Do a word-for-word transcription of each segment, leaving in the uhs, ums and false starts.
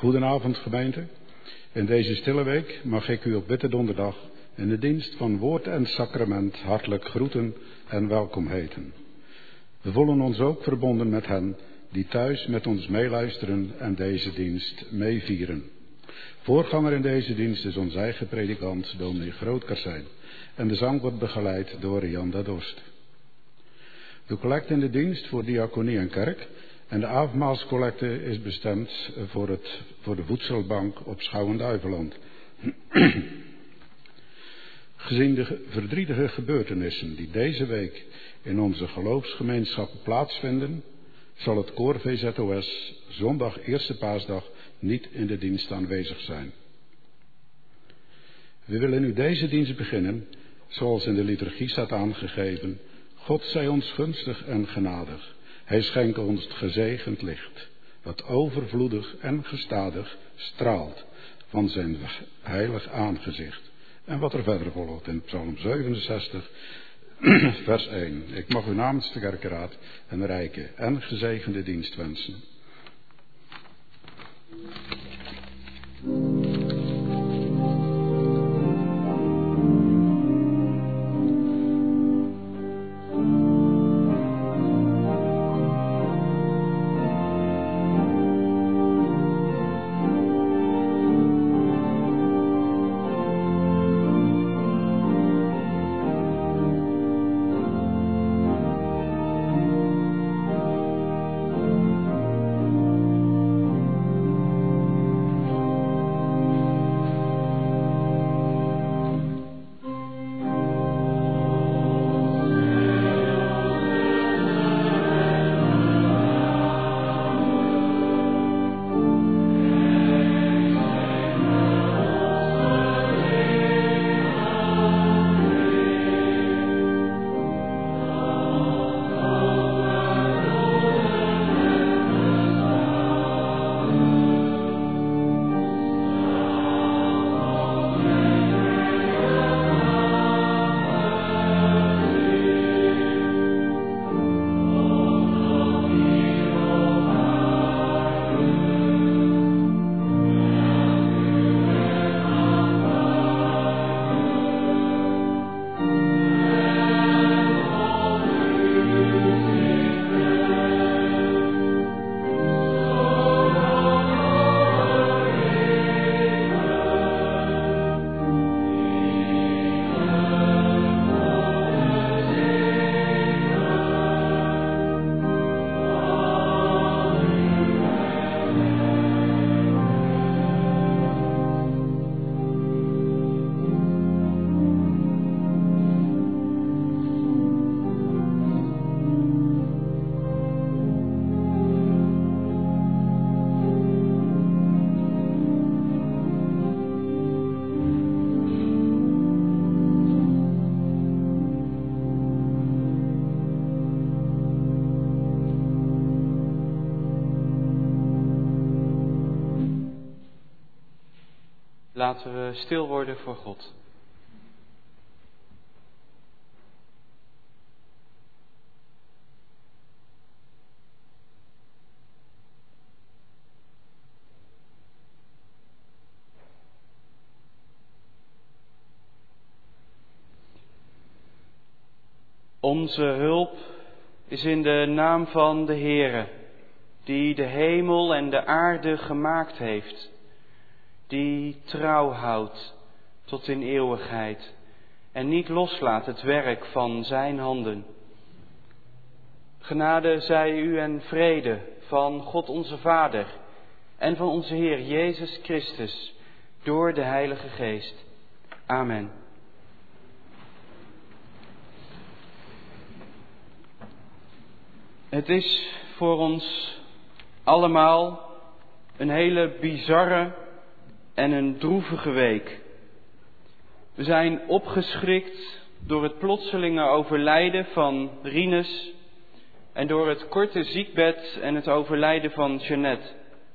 Goedenavond gemeente. In deze stille week mag ik u op Witte Donderdag in de dienst van woord en sacrament hartelijk groeten en welkom heten. We voelen ons ook verbonden met hen die thuis met ons meeluisteren en deze dienst meevieren. Voorganger in deze dienst is ons eigen predikant, dominee Grootkarsijn. En de zang wordt begeleid door Jan da Dorst. De collecte in de dienst voor diaconie en kerk en de avondmaalscollecte is bestemd voor, het, voor de voedselbank op Schouwen-Duiveland. Gezien de verdrietige gebeurtenissen die deze week in onze geloofsgemeenschappen plaatsvinden, zal het koor V Z O S zondag eerste paasdag niet in de dienst aanwezig zijn. We willen nu deze dienst beginnen, zoals in de liturgie staat aangegeven. God zij ons gunstig en genadig. Hij schenke ons het gezegend licht, dat overvloedig en gestadig straalt van zijn heilig aangezicht. En wat er verder volgt in Psalm zevenenzestig, vers één. Ik mag u namens de kerkeraad een rijke en gezegende dienst wensen. Laten we stil worden voor God. Onze hulp is in de naam van de Heere, die de hemel en de aarde gemaakt heeft, die trouw houdt tot in eeuwigheid en niet loslaat het werk van zijn handen. Genade zij u en vrede van God onze Vader en van onze Heer Jezus Christus door de Heilige Geest. Amen. Het is voor ons allemaal een hele bizarre en een droevige week. We zijn opgeschrikt door het plotselinge overlijden van Rinus en door het korte ziekbed en het overlijden van Jeannette.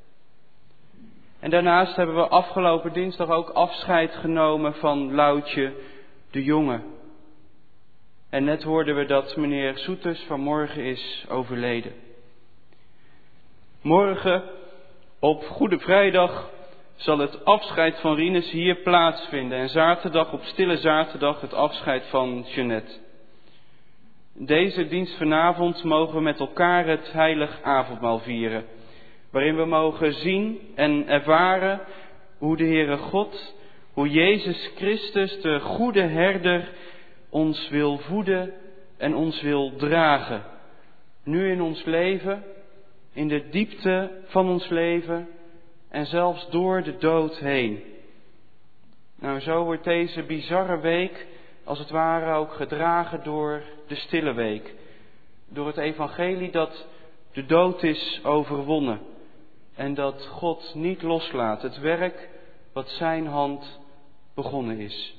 En daarnaast hebben we afgelopen dinsdag ook afscheid genomen van Loutje de Jonge. En net hoorden we dat meneer Soeters vanmorgen is overleden. Morgen Op Goede Vrijdag zal het afscheid van Rinus hier plaatsvinden en zaterdag op Stille Zaterdag het afscheid van Jeanette. Deze dienst vanavond mogen we met elkaar het heilig avondmaal vieren, waarin we mogen zien en ervaren hoe de Heere God, hoe Jezus Christus, de goede herder, ons wil voeden en ons wil dragen. Nu in ons leven, in de diepte van ons leven en zelfs door de dood heen. Nou, zo wordt deze bizarre week als het ware ook gedragen door de stille week. Door het evangelie dat de dood is overwonnen. En dat God niet loslaat het werk wat zijn hand begonnen is.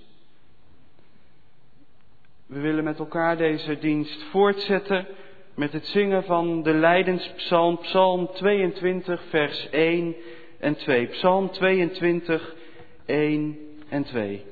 We willen met elkaar deze dienst voortzetten met het zingen van de Lijdenspsalm, Psalm tweeëntwintig, vers één en twee. Psalm tweeëntwintig, één en twee.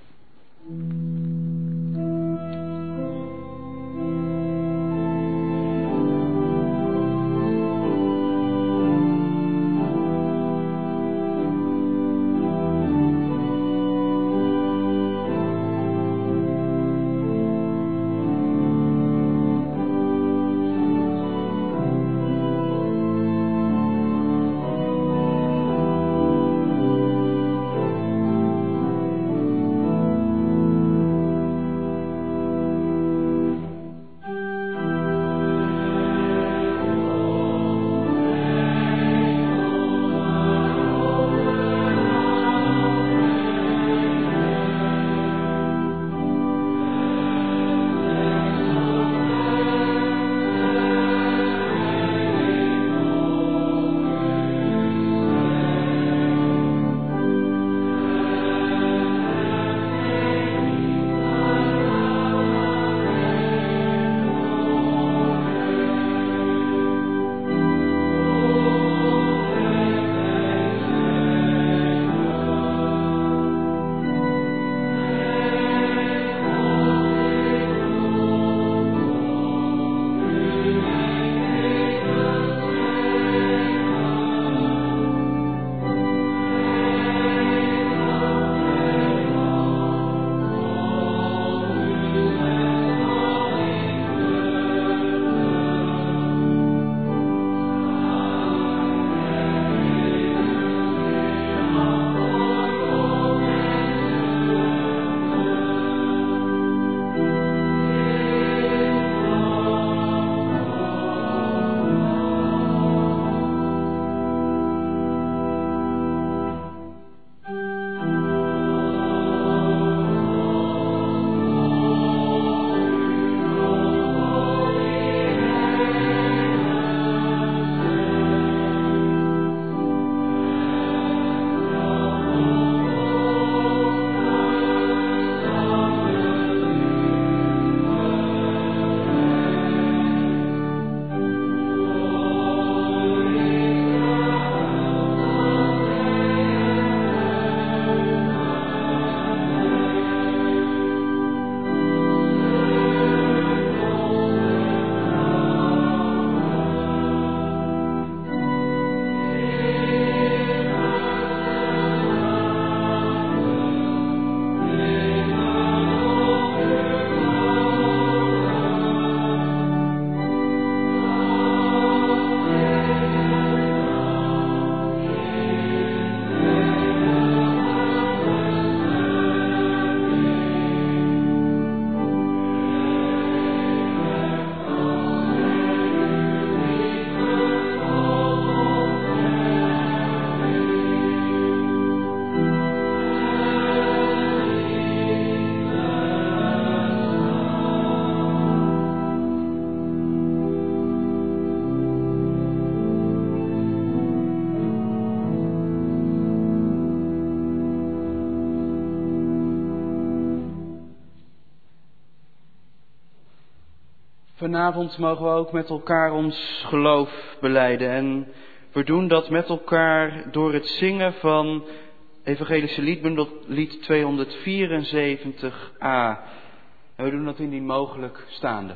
Vanavond mogen we ook met elkaar ons geloof belijden. En we doen dat met elkaar door het zingen van Evangelische Liedbundel, lied tweehonderdvierenzeventig a. En we doen dat indien mogelijk staande.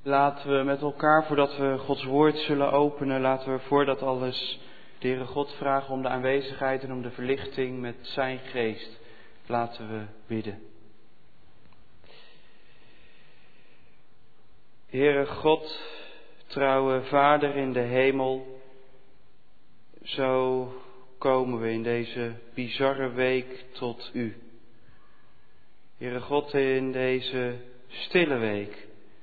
Laten we met elkaar, voordat we Gods woord zullen openen, laten we voordat alles de Heere God vragen om de aanwezigheid en om de verlichting met zijn geest. Laten we bidden. Heere God, trouwe Vader in de hemel, zo komen we in deze bizarre week tot U. Heere God, in deze stille week.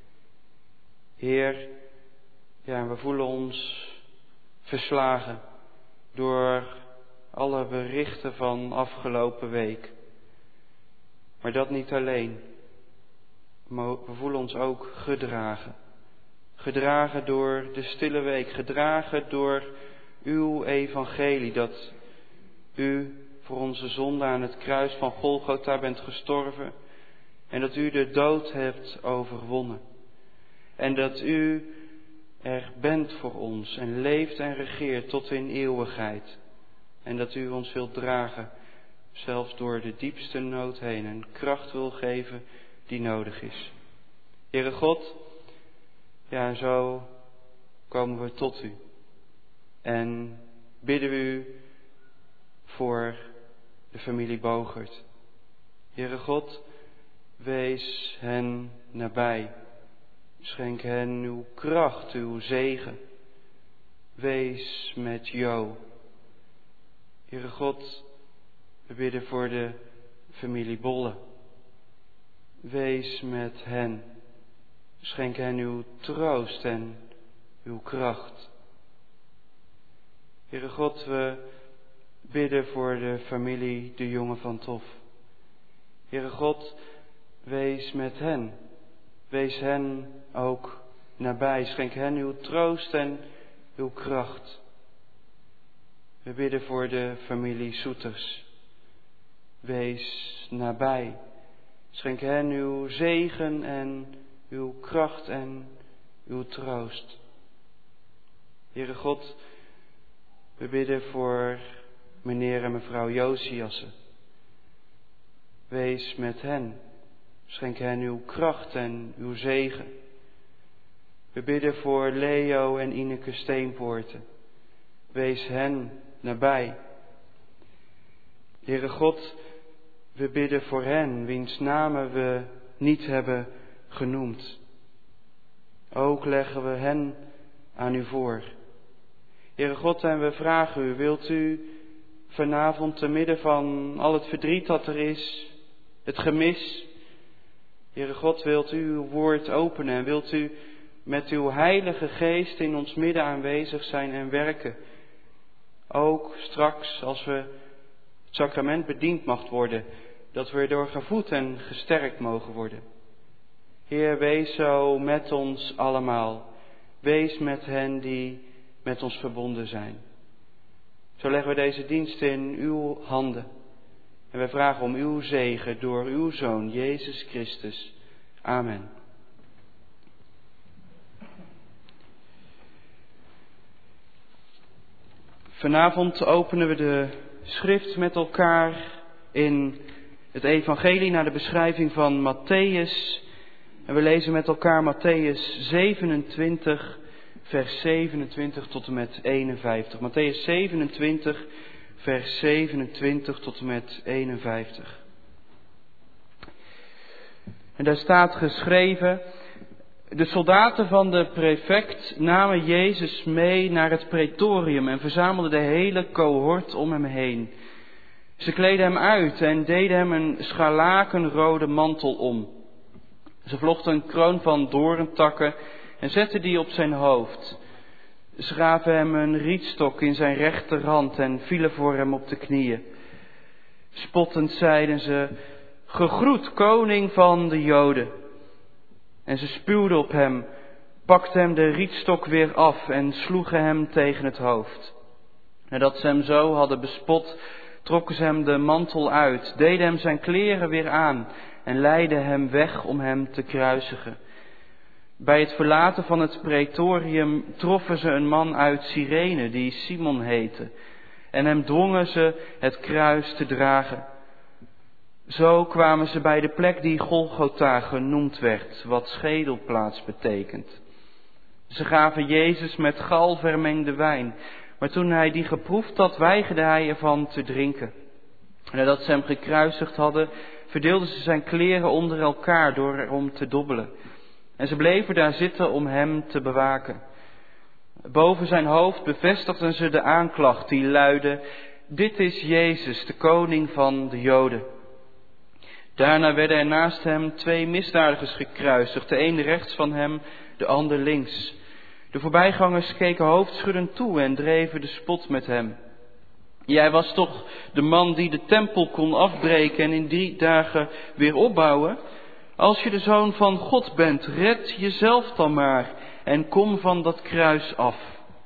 Heer, ja, we voelen ons verslagen door alle berichten van afgelopen week. Maar dat niet alleen. We voelen ons ook gedragen. Gedragen door de stille week. Gedragen door uw evangelie. Dat u voor onze zonde aan het kruis van Golgotha bent gestorven. En dat u de dood hebt overwonnen. En dat u er bent voor ons en leeft en regeert tot in eeuwigheid. En dat u ons wilt dragen, zelfs door de diepste nood heen, en kracht wil geven die nodig is. Heere God, ja, zo komen we tot u. En bidden we u voor de familie Bogert. Heere God, wees hen nabij. Schenk hen uw kracht, uw zegen. Wees met Jo. Heere God, we bidden voor de familie Bolle. Wees met hen. Schenk hen uw troost en uw kracht. Heere God, we bidden voor de familie De Jonge van Tof. Heere God, wees met hen. Wees hen ook nabij. Schenk hen uw troost en uw kracht. We bidden voor de familie Soeters. Wees nabij. Schenk hen uw zegen en uw kracht en uw troost. Heere God, we bidden voor meneer en mevrouw Josiassen. Wees met hen. Schenk hen uw kracht en uw zegen. We bidden voor Leo en Ineke Steenpoorten. Wees hen nabij. Heere God, we bidden voor hen, wiens namen we niet hebben genoemd. Ook leggen we hen aan u voor. Heere God, en we vragen u, wilt u vanavond te midden van al het verdriet dat er is, het gemis, Heere God, wilt u uw woord openen en wilt u met uw heilige geest in ons midden aanwezig zijn en werken. Ook straks als we het sacrament bediend mag worden, dat we erdoor gevoed en gesterkt mogen worden. Heer, wees zo met ons allemaal. Wees met hen die met ons verbonden zijn. Zo leggen we deze dienst in uw handen. En wij vragen om uw zegen door uw Zoon, Jezus Christus. Amen. Vanavond openen we de schrift met elkaar in het evangelie naar de beschrijving van Matthäus. En we lezen met elkaar Matthäus zevenentwintig, vers zevenentwintig tot en met eenenvijftig. Matthäus zevenentwintig, vers zevenentwintig tot en met eenenvijftig. En daar staat geschreven: de soldaten van de prefect namen Jezus mee naar het praetorium en verzamelden de hele cohort om hem heen. Ze kleden hem uit en deden hem een scharlakenrode mantel om. Ze vlochten een kroon van doorntakken en zetten die op zijn hoofd. Ze gaven hem een rietstok in zijn rechterhand en vielen voor hem op de knieën. Spottend zeiden ze: gegroet, koning van de Joden. En ze spuwden op hem, pakten hem de rietstok weer af en sloegen hem tegen het hoofd. Nadat ze hem zo hadden bespot, trokken ze hem de mantel uit, deden hem zijn kleren weer aan en leidden hem weg om hem te kruisigen. Bij het verlaten van het praetorium troffen ze een man uit Cyrene die Simon heette en hem dwongen ze het kruis te dragen. Zo kwamen ze bij de plek die Golgotha genoemd werd, wat schedelplaats betekent. Ze gaven Jezus met gal vermengde wijn, maar toen hij die geproefd had, weigerde hij ervan te drinken. En nadat ze hem gekruisigd hadden, verdeelden ze zijn kleren onder elkaar door erom te dobbelen. En ze bleven daar zitten om hem te bewaken. Boven zijn hoofd bevestigden ze de aanklacht die luidde: dit is Jezus, de koning van de Joden. Daarna werden er naast hem twee misdadigers gekruisigd, de een rechts van hem, de ander links. De voorbijgangers keken hoofdschuddend toe en dreven de spot met hem. Jij was toch de man die de tempel kon afbreken en in drie dagen weer opbouwen? Als je de Zoon van God bent, red jezelf dan maar en kom van dat kruis af.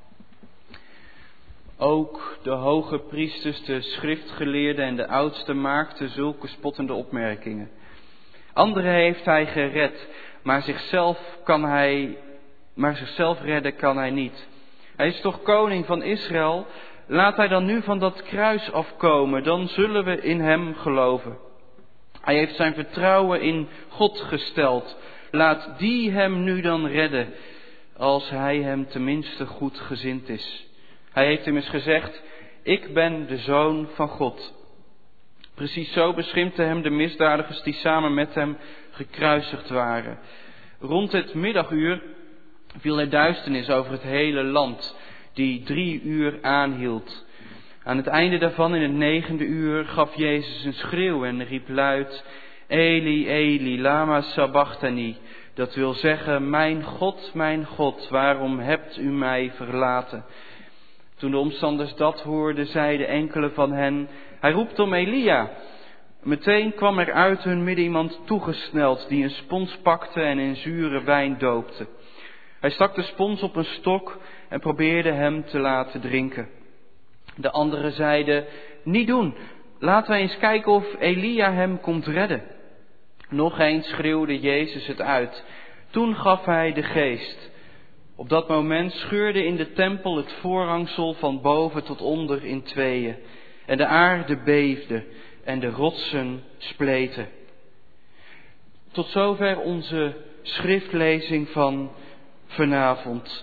Ook de hoge priesters, de schriftgeleerden en de oudsten maakten zulke spottende opmerkingen. Anderen heeft hij gered, maar zichzelf, kan hij, maar zichzelf redden kan hij niet. Hij is toch koning van Israël? Laat hij dan nu van dat kruis afkomen, dan zullen we in hem geloven. Hij heeft zijn vertrouwen in God gesteld. Laat die hem nu dan redden, als hij hem tenminste goed gezind is. Hij heeft immers gezegd: ik ben de Zoon van God. Precies zo beschimpten hem de misdadigers die samen met hem gekruisigd waren. Rond het middaguur viel er duisternis over het hele land, die drie uur aanhield. Aan het einde daarvan, in het negende uur, gaf Jezus een schreeuw en riep luid: Eli, Eli, lama sabachthani. Dat wil zeggen: mijn God, mijn God, waarom hebt u mij verlaten? Toen de omstanders dat hoorden, zeiden enkele van hen: hij roept om Elia. Meteen kwam er uit hun midden iemand toegesneld, die een spons pakte en in zure wijn doopte. Hij stak de spons op een stok en probeerde hem te laten drinken. De anderen zeiden: niet doen, laten wij eens kijken of Elia hem komt redden. Nog eens schreeuwde Jezus het uit. Toen gaf hij de geest. Op dat moment scheurde in de tempel het voorhangsel van boven tot onder in tweeën. En de aarde beefde en de rotsen spleten. Tot zover onze schriftlezing van vanavond.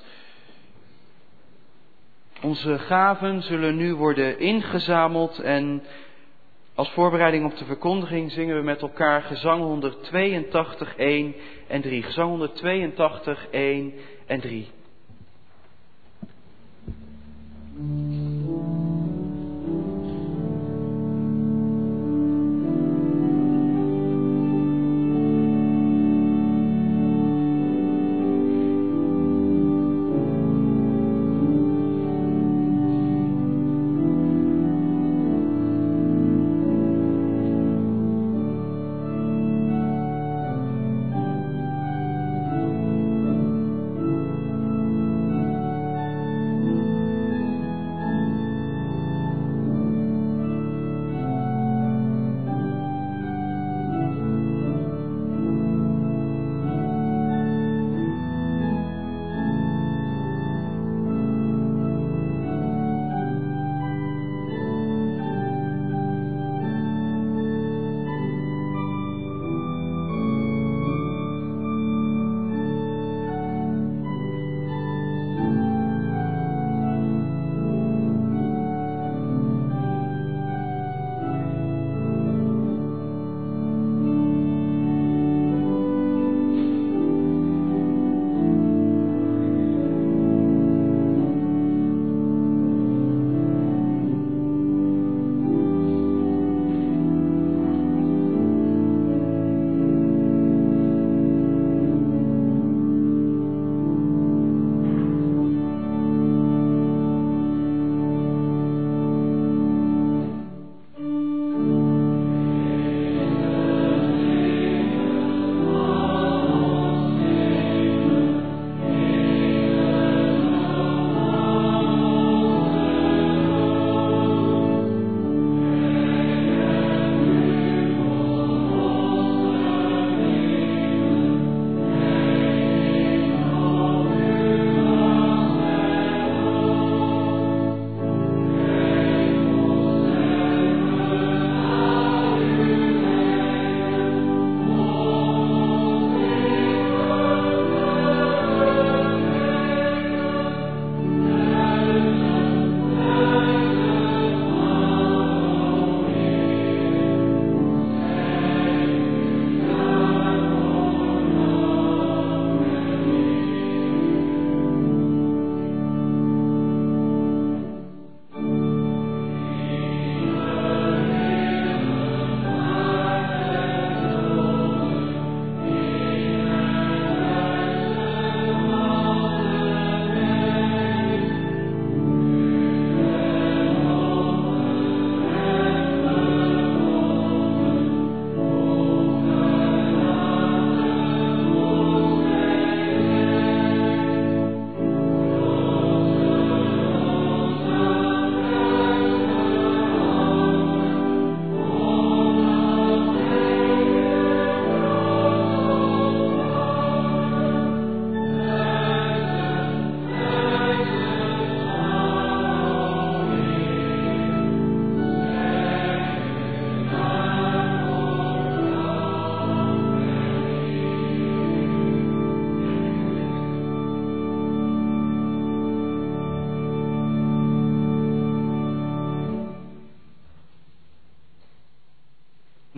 Onze gaven zullen nu worden ingezameld en als voorbereiding op de verkondiging zingen we met elkaar gezang honderdtweeëntachtig, één en drie. Gezang honderdtweeëntachtig, één en drie.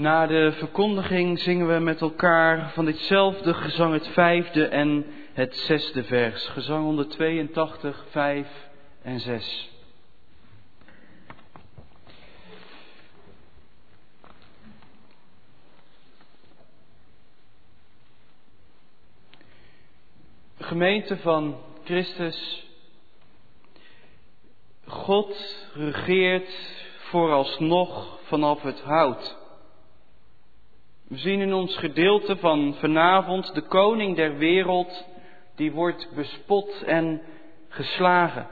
Na de verkondiging zingen we met elkaar van ditzelfde gezang het vijfde en het zesde vers. Gezang honderdtweeëntachtig, vijf en zes. Gemeente van Christus, God regeert vooralsnog vanaf het hout. We zien in ons gedeelte van vanavond de koning der wereld, die wordt bespot en geslagen.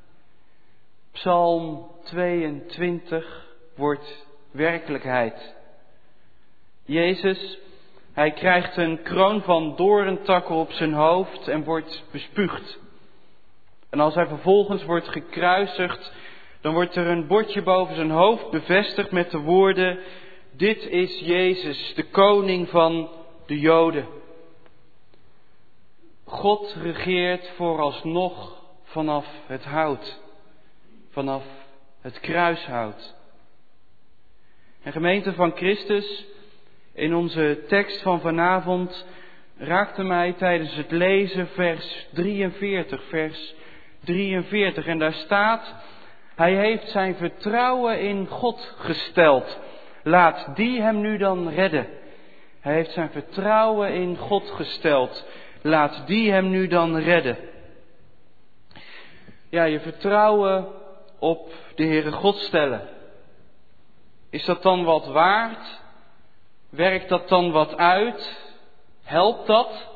Psalm tweeëntwintig wordt werkelijkheid. Jezus, hij krijgt een kroon van doorntakken op zijn hoofd en wordt bespuugd. En als hij vervolgens wordt gekruisigd, dan wordt er een bordje boven zijn hoofd bevestigd met de woorden: dit is Jezus, de koning van de Joden. God regeert vooralsnog vanaf het hout, vanaf het kruishout. En gemeente van Christus, in onze tekst van vanavond raakte mij tijdens het lezen vers drieënveertig, vers drieënveertig. En daar staat: hij heeft zijn vertrouwen in God gesteld. Laat die hem nu dan redden. Hij heeft zijn vertrouwen in God gesteld. Laat die hem nu dan redden. Ja, je vertrouwen op de Heere God stellen. Is dat dan wat waard? Werkt dat dan wat uit? Helpt dat?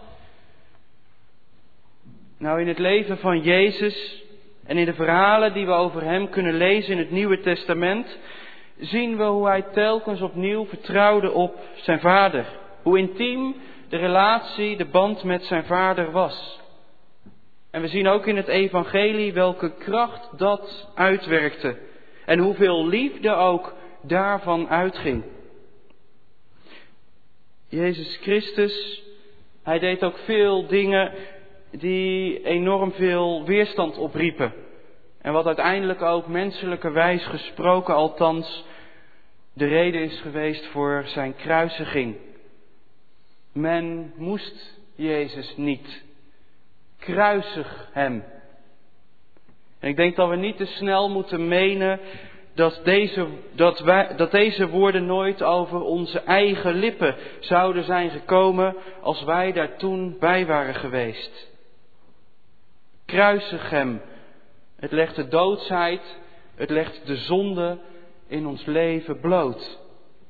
Nou, in het leven van Jezus en in de verhalen die we over hem kunnen lezen in het Nieuwe Testament, zien we hoe hij telkens opnieuw vertrouwde op zijn vader. Hoe intiem de relatie, de band met zijn vader was. En we zien ook in het evangelie welke kracht dat uitwerkte. En hoeveel liefde ook daarvan uitging. Jezus Christus, hij deed ook veel dingen die enorm veel weerstand opriepen. En wat uiteindelijk ook menselijkerwijs gesproken althans de reden is geweest voor zijn kruisiging. Men moest Jezus niet. Kruisig hem. En ik denk dat we niet te snel moeten menen dat deze, dat wij, dat deze woorden nooit over onze eigen lippen zouden zijn gekomen als wij daar toen bij waren geweest. Kruisig hem. Het legt de doodsheid, het legt de zonde in ons leven bloot.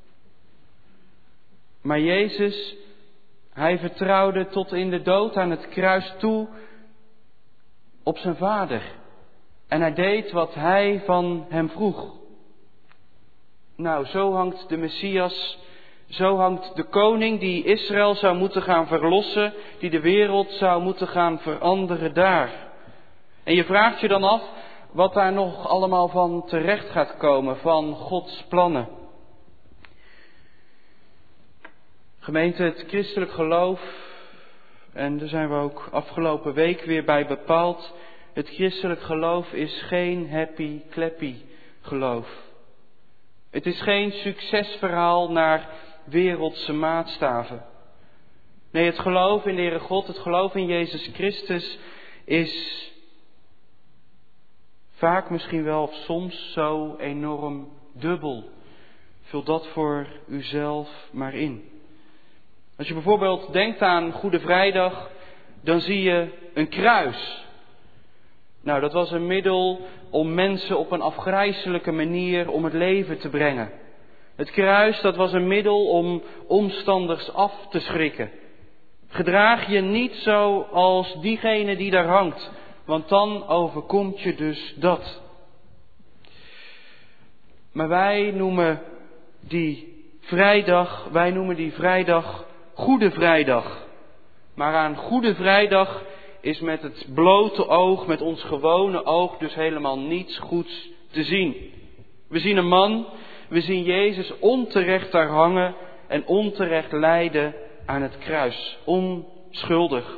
Maar Jezus, hij vertrouwde tot in de dood aan het kruis toe op zijn vader. En hij deed wat hij van hem vroeg. Nou, zo hangt de Messias, zo hangt de koning die Israël zou moeten gaan verlossen, die de wereld zou moeten gaan veranderen daar. En je vraagt je dan af wat daar nog allemaal van terecht gaat komen, van Gods plannen. Gemeente, het christelijk geloof, en daar zijn we ook afgelopen week weer bij bepaald, het christelijk geloof is geen happy-clappy geloof. Het is geen succesverhaal naar wereldse maatstaven. Nee, het geloof in de Heere God, het geloof in Jezus Christus is vaak misschien wel of soms zo enorm dubbel. Vul dat voor uzelf maar in. Als je bijvoorbeeld denkt aan Goede Vrijdag, dan zie je een kruis. Nou, dat was een middel om mensen op een afgrijselijke manier om het leven te brengen. Het kruis, dat was een middel om omstanders af te schrikken. Gedraag je niet zo als diegene die daar hangt, want dan overkomt je dus dat. Maar wij noemen die vrijdag, wij noemen die vrijdag Goede Vrijdag. Maar aan Goede Vrijdag is met het blote oog, met ons gewone oog, dus helemaal niets goeds te zien. We zien een man, we zien Jezus onterecht daar hangen en onterecht lijden aan het kruis. Onschuldig.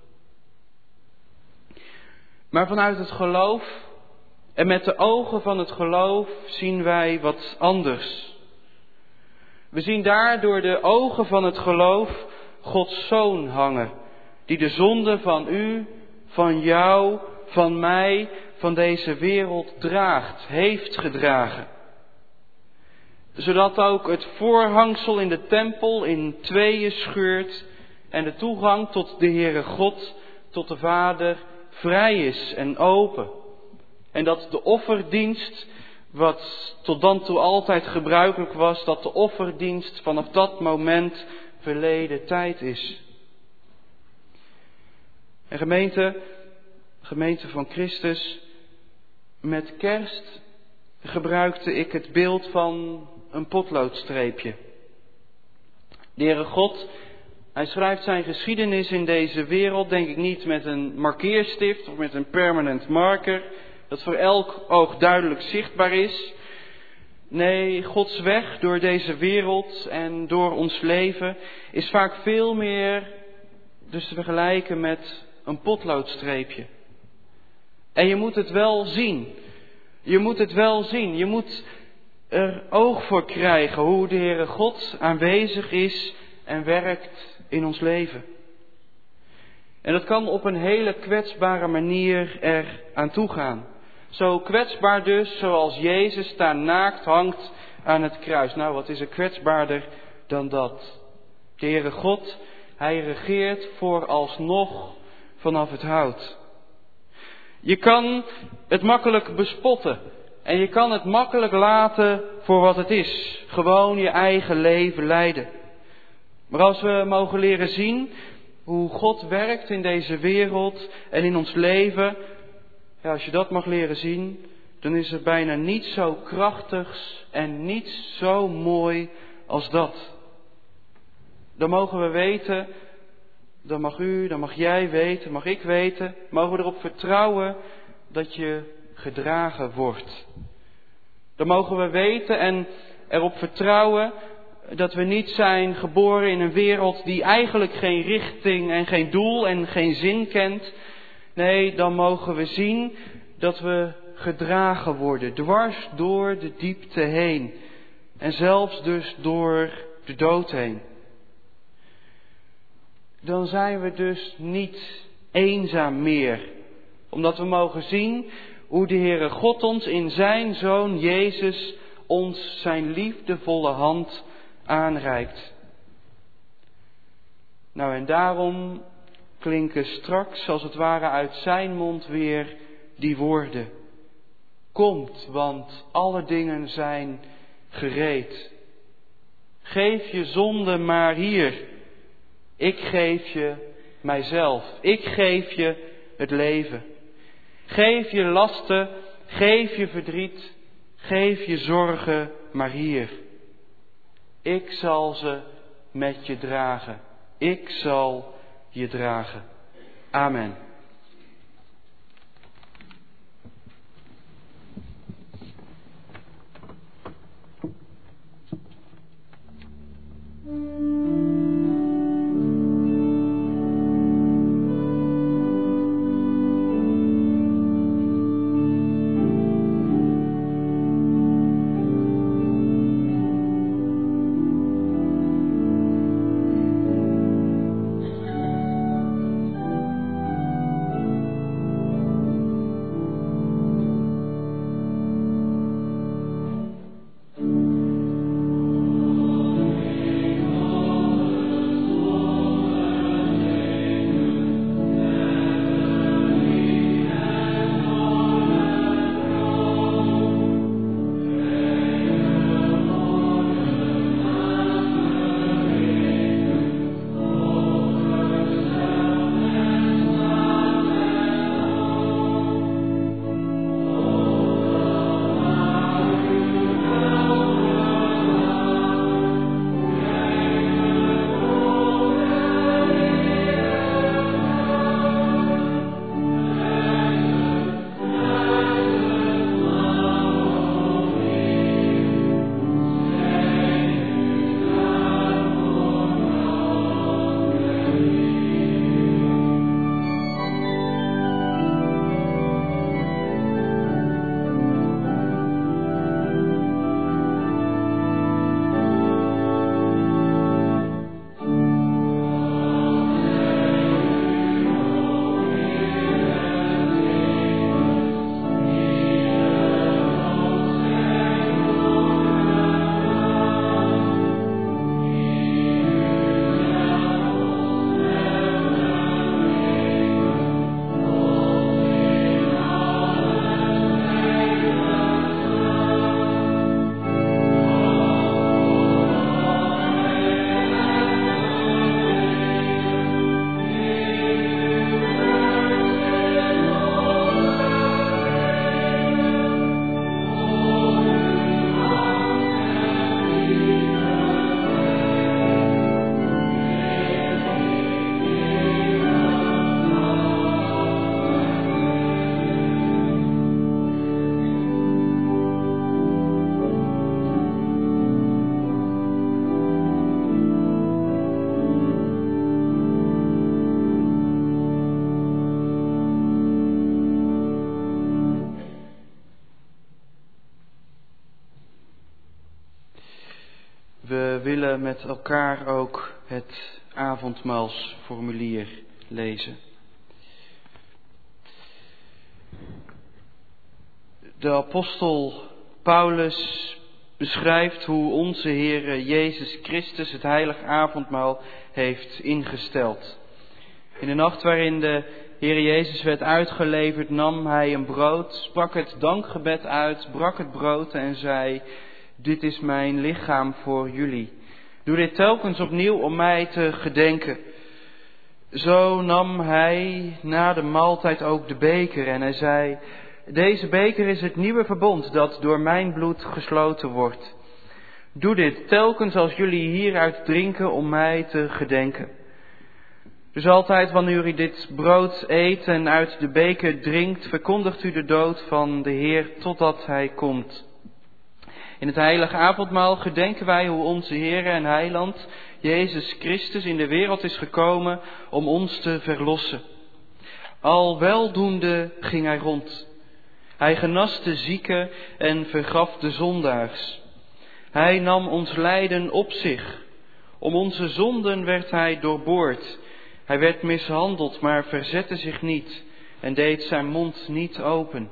Maar vanuit het geloof en met de ogen van het geloof zien wij wat anders. We zien daar door de ogen van het geloof Gods Zoon hangen, die de zonde van u, van jou, van mij, van deze wereld draagt, heeft gedragen. Zodat ook het voorhangsel in de tempel in tweeën scheurt en de toegang tot de Heere God, tot de Vader, vrij is en open. En dat de offerdienst, wat tot dan toe altijd gebruikelijk was, dat de offerdienst vanaf dat moment verleden tijd is. En gemeente, gemeente van Christus, met kerst gebruikte ik het beeld van een potloodstreepje. De Heere God, Hij schrijft zijn geschiedenis in deze wereld, denk ik niet met een markeerstift of met een permanent marker, dat voor elk oog duidelijk zichtbaar is. Nee, Gods weg door deze wereld en door ons leven is vaak veel meer dus te vergelijken met een potloodstreepje. En je moet het wel zien. Je moet het wel zien. Je moet er oog voor krijgen hoe de Heere God aanwezig is en werkt in ons leven. En dat kan op een hele kwetsbare manier er aan toe gaan. Zo kwetsbaar dus, zoals Jezus daar naakt hangt aan het kruis. Nou, wat is er kwetsbaarder dan dat? De Heere God, Hij regeert vooralsnog vanaf het hout. Je kan het makkelijk bespotten. En je kan het makkelijk laten voor wat het is. Gewoon je eigen leven leiden. Maar als we mogen leren zien hoe God werkt in deze wereld en in ons leven, ja, als je dat mag leren zien, dan is er bijna niets zo krachtigs en niets zo mooi als dat. Dan mogen we weten, dan mag u, dan mag jij weten, mag ik weten, mogen we erop vertrouwen dat je gedragen wordt. Dan mogen we weten en erop vertrouwen dat we niet zijn geboren in een wereld die eigenlijk geen richting en geen doel en geen zin kent. Nee, dan mogen we zien dat we gedragen worden, dwars door de diepte heen. En zelfs dus door de dood heen. Dan zijn we dus niet eenzaam meer. Omdat we mogen zien hoe de Heere God ons in zijn Zoon Jezus ons zijn liefdevolle hand aanreikt. Nou, en daarom klinken straks als het ware uit zijn mond weer die woorden. Komt, want alle dingen zijn gereed. Geef je zonde maar hier. Ik geef je mijzelf. Ik geef je het leven. Geef je lasten, geef je verdriet, geef je zorgen maar hier. Ik zal ze met je dragen. Ik zal je dragen. Amen. we met elkaar ook het avondmaalsformulier lezen. De apostel Paulus beschrijft hoe onze Heer Jezus Christus het heilig avondmaal heeft ingesteld. In de nacht waarin de Heer Jezus werd uitgeleverd, nam hij een brood, sprak het dankgebed uit, brak het brood en zei: dit is mijn lichaam voor jullie. Doe dit telkens opnieuw om mij te gedenken. Zo nam hij na de maaltijd ook de beker en hij zei: deze beker is het nieuwe verbond dat door mijn bloed gesloten wordt. Doe dit telkens als jullie hieruit drinken om mij te gedenken. Dus altijd wanneer u dit brood eet en uit de beker drinkt, verkondigt u de dood van de Heer totdat hij komt. In het heilige avondmaal gedenken wij hoe onze Heer en Heiland, Jezus Christus, in de wereld is gekomen om ons te verlossen. Al weldoende ging hij rond. Hij genas de zieken en vergaf de zondaars. Hij nam ons lijden op zich. Om onze zonden werd hij doorboord. Hij werd mishandeld, maar verzette zich niet en deed zijn mond niet open.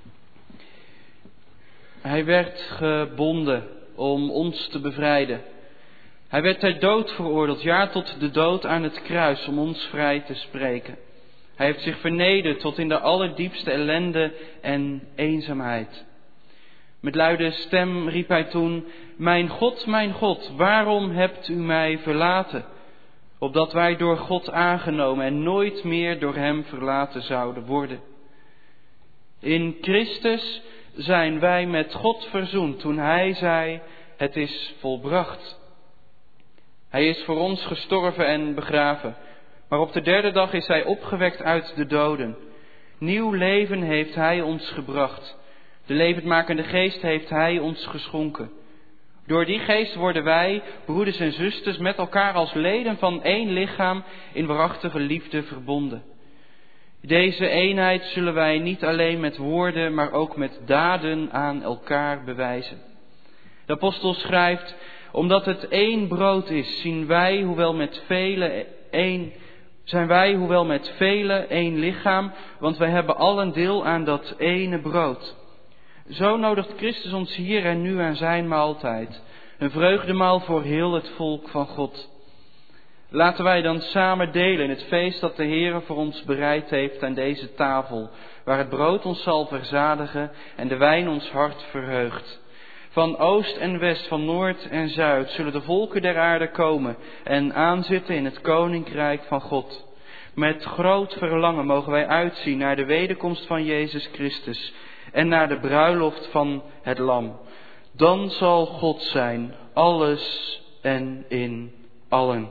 Hij werd gebonden om ons te bevrijden. Hij werd ter dood veroordeeld, ja, tot de dood aan het kruis, om ons vrij te spreken. Hij heeft zich vernederd tot in de allerdiepste ellende en eenzaamheid. Met luide stem riep hij toen: mijn God, mijn God, waarom hebt u mij verlaten? Opdat wij door God aangenomen en nooit meer door hem verlaten zouden worden. In Christus zijn wij met God verzoend toen hij zei: het is volbracht. Hij is voor ons gestorven en begraven. Maar op de derde dag is hij opgewekt uit de doden. Nieuw leven heeft hij ons gebracht. De levendmakende geest heeft hij ons geschonken. Door die geest worden wij, broeders en zusters, met elkaar als leden van één lichaam in waarachtige liefde verbonden. Deze eenheid zullen wij niet alleen met woorden, maar ook met daden aan elkaar bewijzen. De apostel schrijft: omdat het één brood is, zien wij, hoewel met vele één, zijn wij, hoewel met vele één lichaam, want wij hebben allen deel aan dat ene brood. Zo nodigt Christus ons hier en nu aan zijn maaltijd, een vreugdemaal voor heel het volk van God. Laten wij dan samen delen in het feest dat de Heer voor ons bereid heeft aan deze tafel, waar het brood ons zal verzadigen en de wijn ons hart verheugt. Van oost en west, van noord en zuid zullen de volken der aarde komen en aanzitten in het koninkrijk van God. Met groot verlangen mogen wij uitzien naar de wederkomst van Jezus Christus en naar de bruiloft van het Lam. Dan zal God zijn, alles en in allen.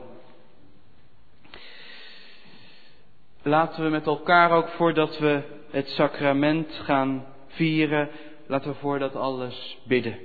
Laten we met elkaar ook, voordat we het sacrament gaan vieren, laten we voor dat alles bidden.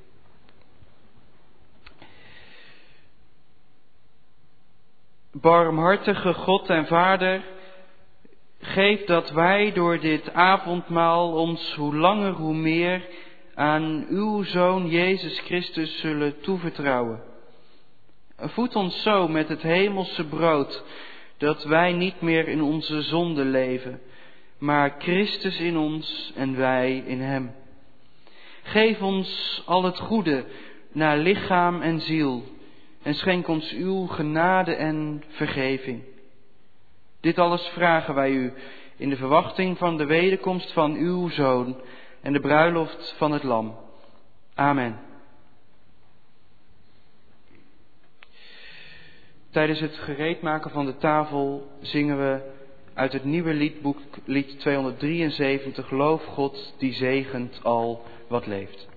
Barmhartige God en Vader, geef dat wij door dit avondmaal ons hoe langer hoe meer aan uw Zoon Jezus Christus zullen toevertrouwen. Voed ons zo met het hemelse brood, dat wij niet meer in onze zonde leven, maar Christus in ons en wij in hem. Geef ons al het goede naar lichaam en ziel en schenk ons uw genade en vergeving. Dit alles vragen wij u in de verwachting van de wederkomst van uw Zoon en de bruiloft van het Lam. Amen. Tijdens het gereedmaken van de tafel zingen we uit het nieuwe liedboek, lied tweehonderddrieënzeventig, Loof God die zegent al wat leeft.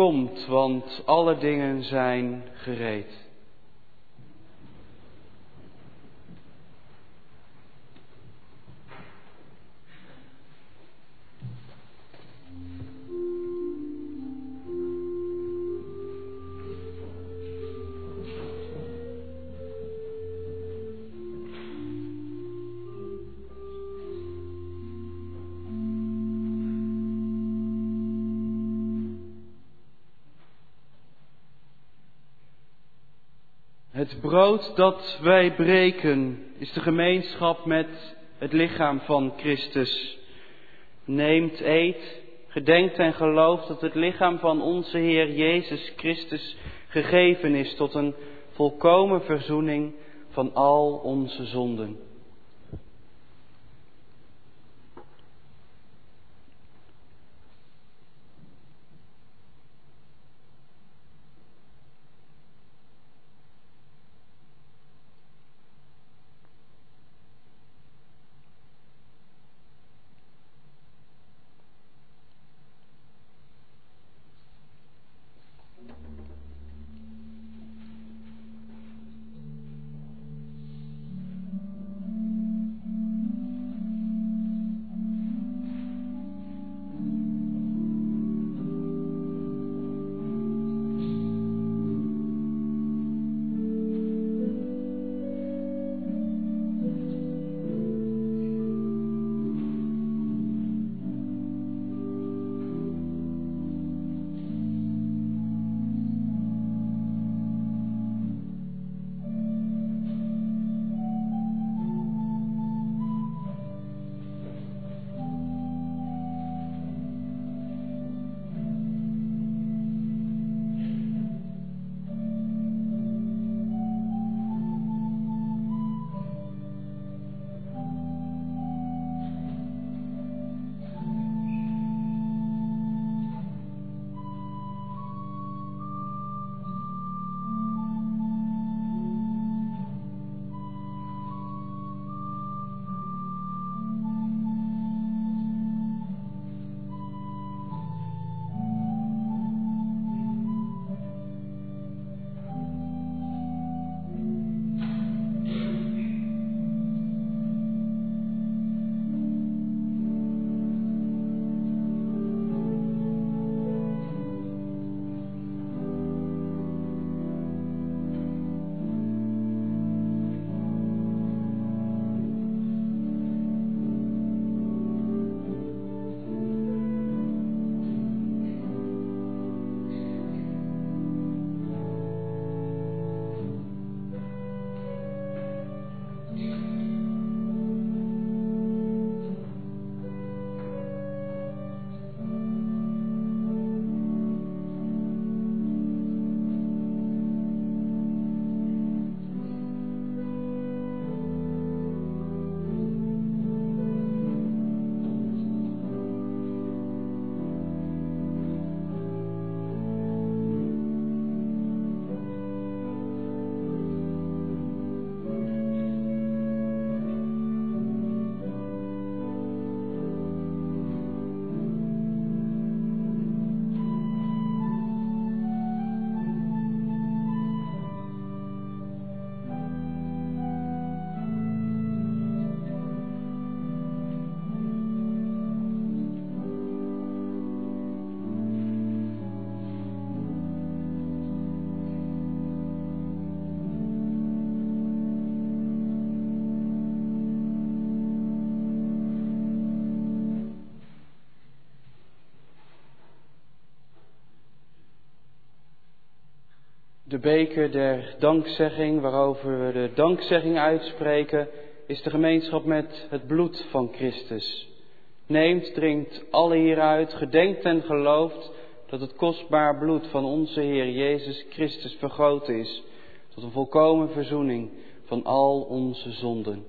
komt, want alle dingen zijn gereed. Het brood dat wij breken is de gemeenschap met het lichaam van Christus. Neemt, eet, gedenkt en gelooft dat het lichaam van onze Heer Jezus Christus gegeven is tot een volkomen verzoening van al onze zonden. De beker der dankzegging, waarover we de dankzegging uitspreken, is de gemeenschap met het bloed van Christus. Neemt, drinkt alle hieruit, gedenkt en gelooft dat het kostbaar bloed van onze Heer Jezus Christus vergoten is tot een volkomen verzoening van al onze zonden.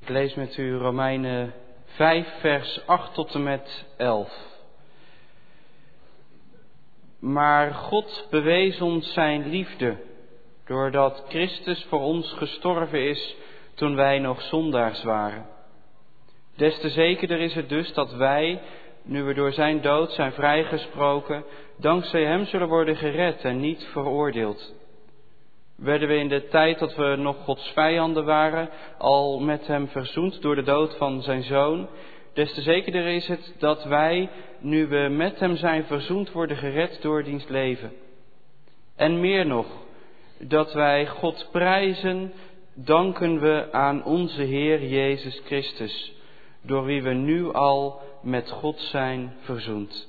Ik lees met u Romeinen vijf, vers acht tot en met elf. Maar God bewees ons zijn liefde, doordat Christus voor ons gestorven is toen wij nog zondaars waren. Des te zekerder is het dus dat wij, nu we door zijn dood zijn vrijgesproken, dankzij hem zullen worden gered en niet veroordeeld. Werden we in de tijd dat we nog Gods vijanden waren, al met hem verzoend door de dood van zijn zoon, des te zekerder is het dat wij, nu we met hem zijn verzoend, worden gered door diens leven. En meer nog, dat wij God prijzen, danken we aan onze Heer Jezus Christus, door wie we nu al met God zijn verzoend.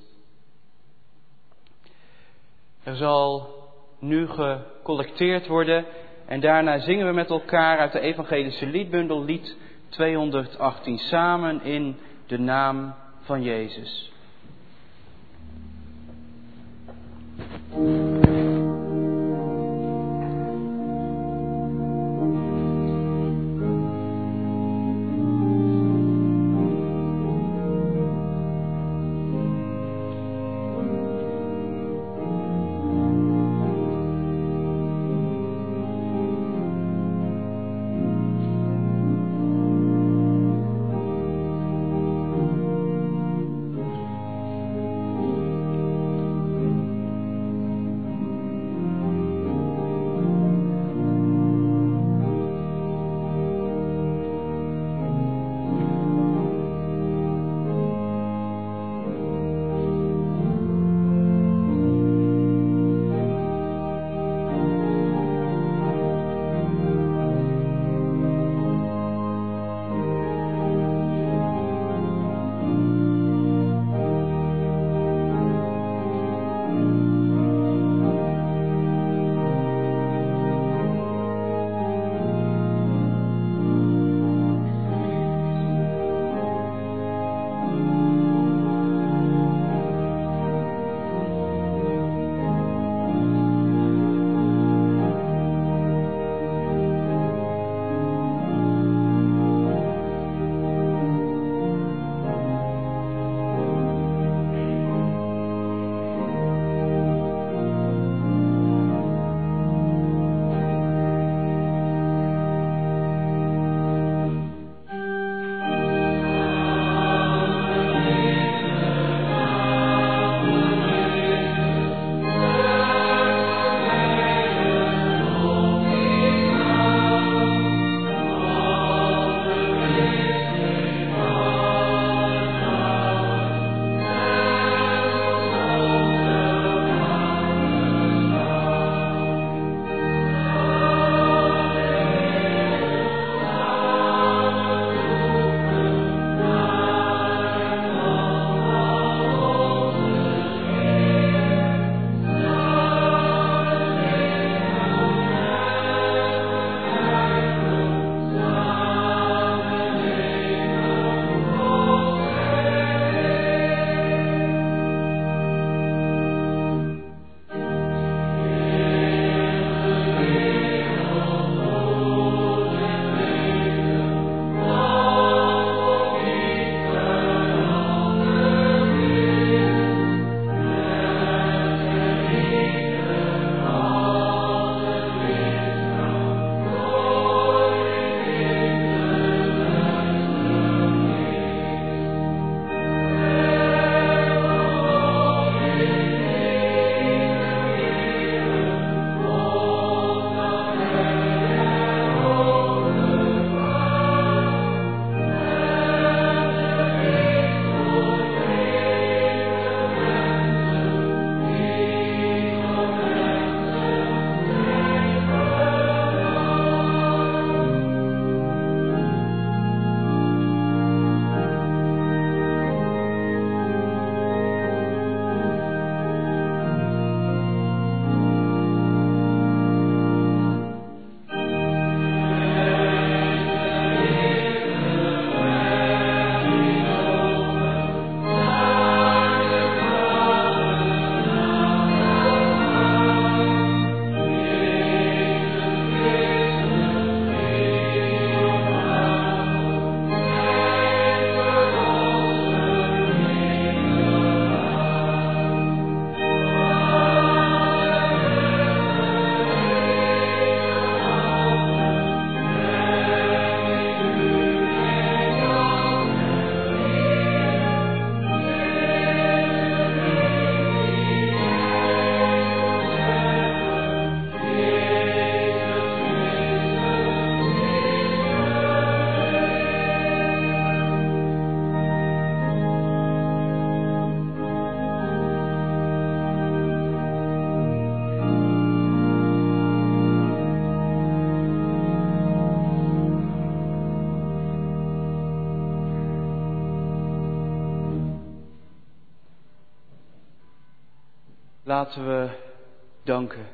Er zal nu gecollecteerd worden en daarna zingen we met elkaar uit de evangelische liedbundel lied tweehonderdachttien samen in de naam van Jezus. Laten we danken.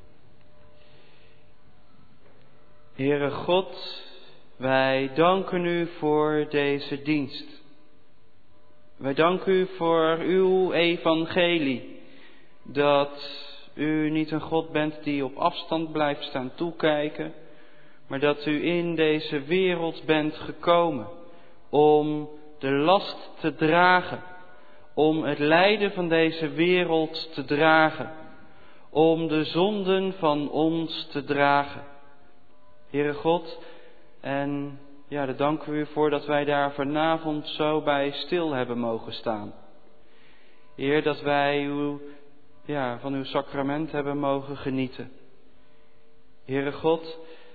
Heere God, wij danken u voor deze dienst. Wij danken u voor uw evangelie, dat u niet een God bent die op afstand blijft staan toekijken, maar dat u in deze wereld bent gekomen om de last te dragen, om het lijden van deze wereld te dragen, om de zonden van ons te dragen. Heere God, en ja, daar danken we u voor dat wij daar vanavond zo bij stil hebben mogen staan. Heer, dat wij uw, ja, van uw sacrament hebben mogen genieten. Heere God,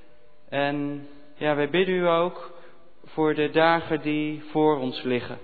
en ja, wij bidden u ook voor de dagen die voor ons liggen.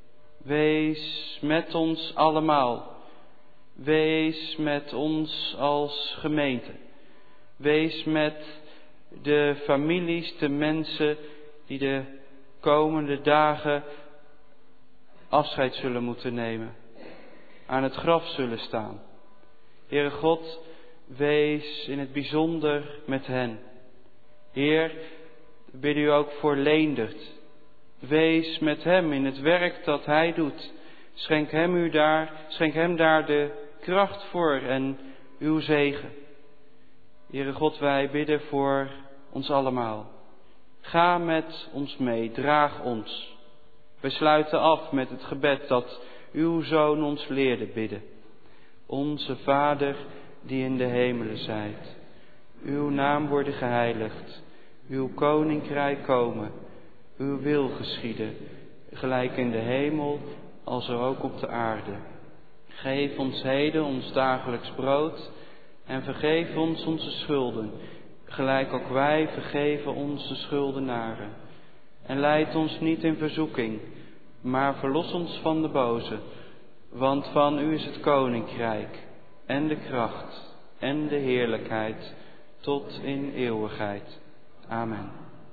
Wees met ons allemaal. Wees met ons als gemeente. Wees met de families, de mensen die de komende dagen afscheid zullen moeten nemen. Aan het graf zullen staan. Heere God, wees in het bijzonder met hen. Heer, we bidden u ook voor Leendert. Wees met hem in het werk dat hij doet. Schenk hem, u daar, schenk hem daar de kracht voor en uw zegen. Heere God, wij bidden voor ons allemaal. Ga met ons mee, draag ons. We sluiten af met het gebed dat uw Zoon ons leerde bidden. Onze Vader, die in de hemelen zijt. Uw naam worden geheiligd. Uw koninkrijk komen. Uw wil geschieden, gelijk in de hemel, als er ook op de aarde. Geef ons heden ons dagelijks brood en vergeef ons onze schulden, gelijk ook wij vergeven onze schuldenaren. En leid ons niet in verzoeking, maar verlos ons van de boze. Want van u is het koninkrijk en de kracht en de heerlijkheid tot in eeuwigheid. Amen.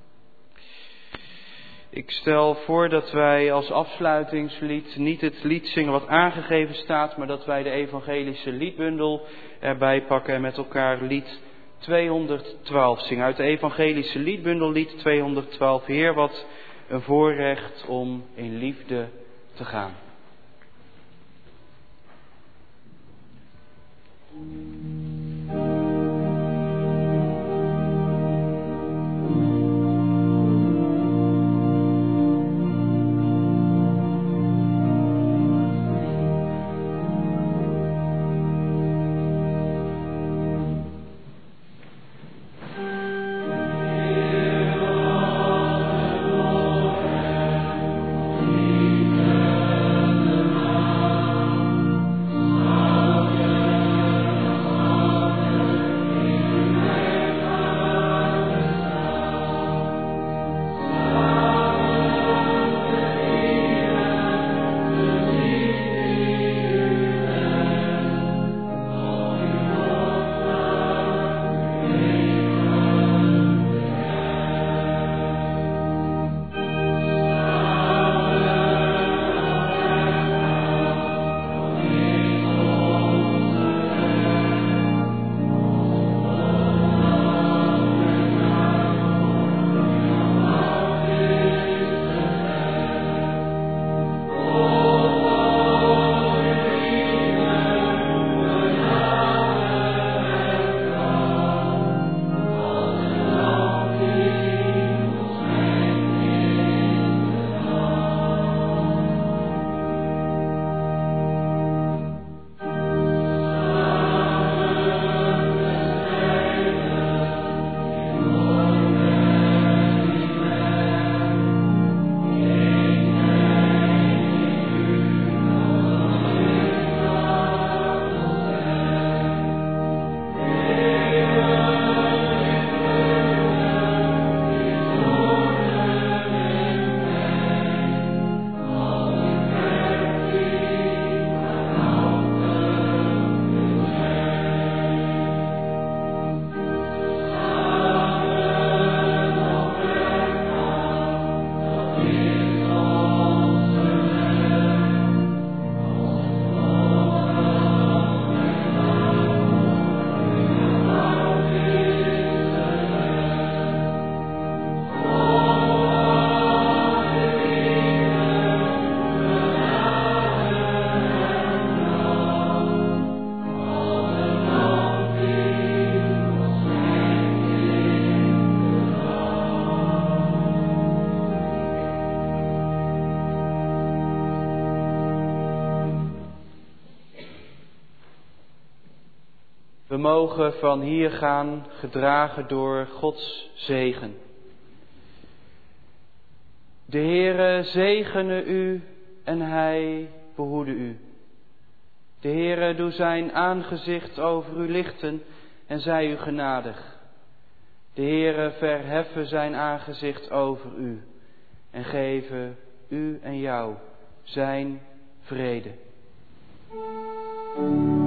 Ik stel voor dat wij als afsluitingslied niet het lied zingen wat aangegeven staat, maar dat wij de evangelische liedbundel erbij pakken en met elkaar lied tweehonderdtwaalf zingen. Uit de evangelische liedbundel lied tweehonderdtwaalf. Heer, wat een voorrecht om in liefde te gaan. Oh We mogen van hier gaan, gedragen door Gods zegen. De Heere zegene u en Hij behoede u. De Heere doe zijn aangezicht over u lichten en zij u genadig. De Heere verheffen zijn aangezicht over u en geven u en jou zijn vrede.